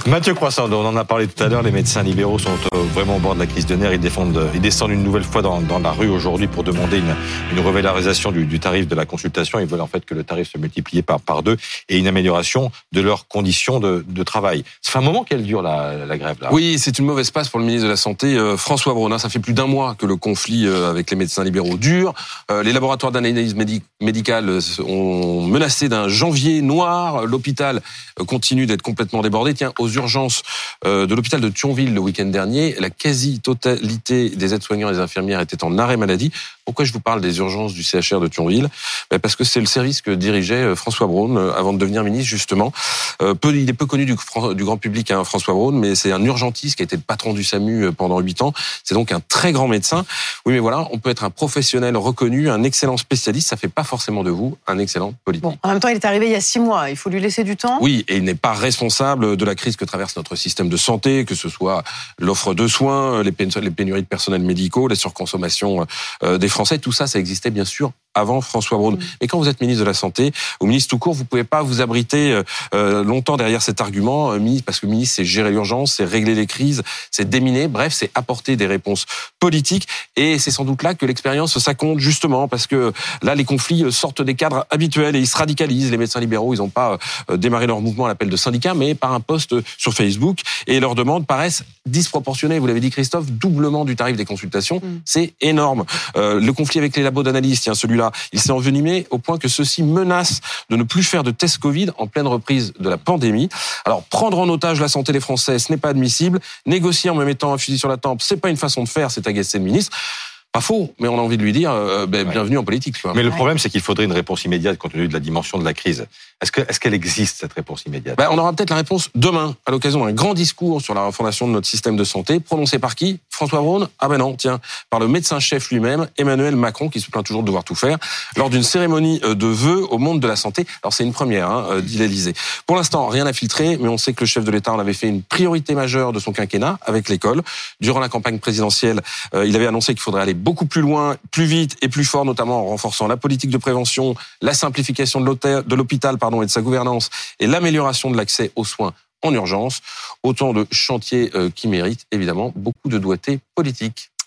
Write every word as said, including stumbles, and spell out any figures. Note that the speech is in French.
Mathieu Croissant, on en a parlé tout à l'heure, les médecins libéraux sont vraiment au bord de la crise de nerfs. Ils, défendent, ils descendent une nouvelle fois dans, dans la rue aujourd'hui pour demander une, une revalorisation du, du tarif de la consultation. Ils veulent en fait que le tarif se multiplie par, par deux et une amélioration de leurs conditions de, de travail. Ça fait un moment qu'elle dure la, la grève là. Oui, c'est une mauvaise passe pour le ministre de la Santé, euh, François Braun. Ça fait plus d'un mois que le conflit euh, avec les médecins libéraux dure. Euh, les laboratoires d'analyse médic- médicale ont menacé d'un janvier noir. L'hôpital continue d'être complètement débordé. Tiens, aux urgences euh, de l'hôpital de Thionville le week-end dernier, la quasi-totalité des aides-soignants et des infirmières étaient en arrêt maladie. Pourquoi je vous parle des urgences du C H R de Thionville ? Ben parce que c'est le service que dirigeait François Braun avant de devenir ministre, justement. Euh, peu, il est peu connu du, du grand public, hein, François Braun, mais c'est un urgentiste qui a été le patron du SAMU pendant huit ans. C'est donc un très grand médecin. Oui, mais voilà, on peut être un professionnel reconnu, un excellent spécialiste. Ça fait pas forcément de vous un excellent politique. Bon, en même temps, il est arrivé il y a six mois. Il faut lui laisser du temps. Oui, et il n'est pas responsable de la crise que traverse notre système de santé, que ce soit l'offre de soins, les pénuries de personnel médicaux, la surconsommation des Français. Tout ça, ça existait bien sûr avant François Braun. Et quand vous êtes ministre de la Santé, ou ministre tout court, vous pouvez pas vous abriter euh, longtemps derrière cet argument, euh, ministre, parce que ministre, c'est gérer l'urgence, c'est régler les crises, c'est déminer, bref, c'est apporter des réponses politiques. Et c'est sans doute là que l'expérience, ça compte justement, parce que là, les conflits sortent des cadres habituels et ils se radicalisent. Les médecins libéraux, ils n'ont pas euh, démarré leur mouvement à l'appel de syndicats, mais par un post sur Facebook. Et leurs demandes paraissent disproportionnées. Vous l'avez dit, Christophe, doublement du tarif des consultations, mmh. c'est énorme. Euh, le conflit avec les labos d'analyse, tiens, celui-là, il s'est envenimé au point que ceux-ci menacent de ne plus faire de tests Covid en pleine reprise de la pandémie. Alors, prendre en otage la santé des Français, ce n'est pas admissible. Négocier en me mettant un fusil sur la tempe, c'est pas une façon de faire, c'est agacer le ministre. Pas faux, mais on a envie de lui dire euh, ben, ouais. bienvenue en politique. Quoi. Mais le problème, c'est qu'il faudrait une réponse immédiate compte tenu de la dimension de la crise. Est-ce que, est-ce qu'elle existe, cette réponse immédiate ? Ben, on aura peut-être la réponse demain, à l'occasion d'un grand discours sur la refondation de notre système de santé, prononcé par qui ? François Braun ? Ah ben non, tiens, par le médecin-chef lui-même, Emmanuel Macron, qui se plaint toujours de devoir tout faire, lors d'une cérémonie de vœux au monde de la santé. Alors c'est une première, hein, dit l'Élysée. Pour l'instant, rien n'a filtré, mais on sait que le chef de l'État en avait fait une priorité majeure de son quinquennat avec l'école. Durant la campagne présidentielle, euh, il avait annoncé qu'il faudrait aller beaucoup plus loin, plus vite et plus fort, notamment en renforçant la politique de prévention, la simplification de l'hôpital pardon, et de sa gouvernance et l'amélioration de l'accès aux soins en urgence. Autant de chantiers qui méritent évidemment beaucoup de doigté politique.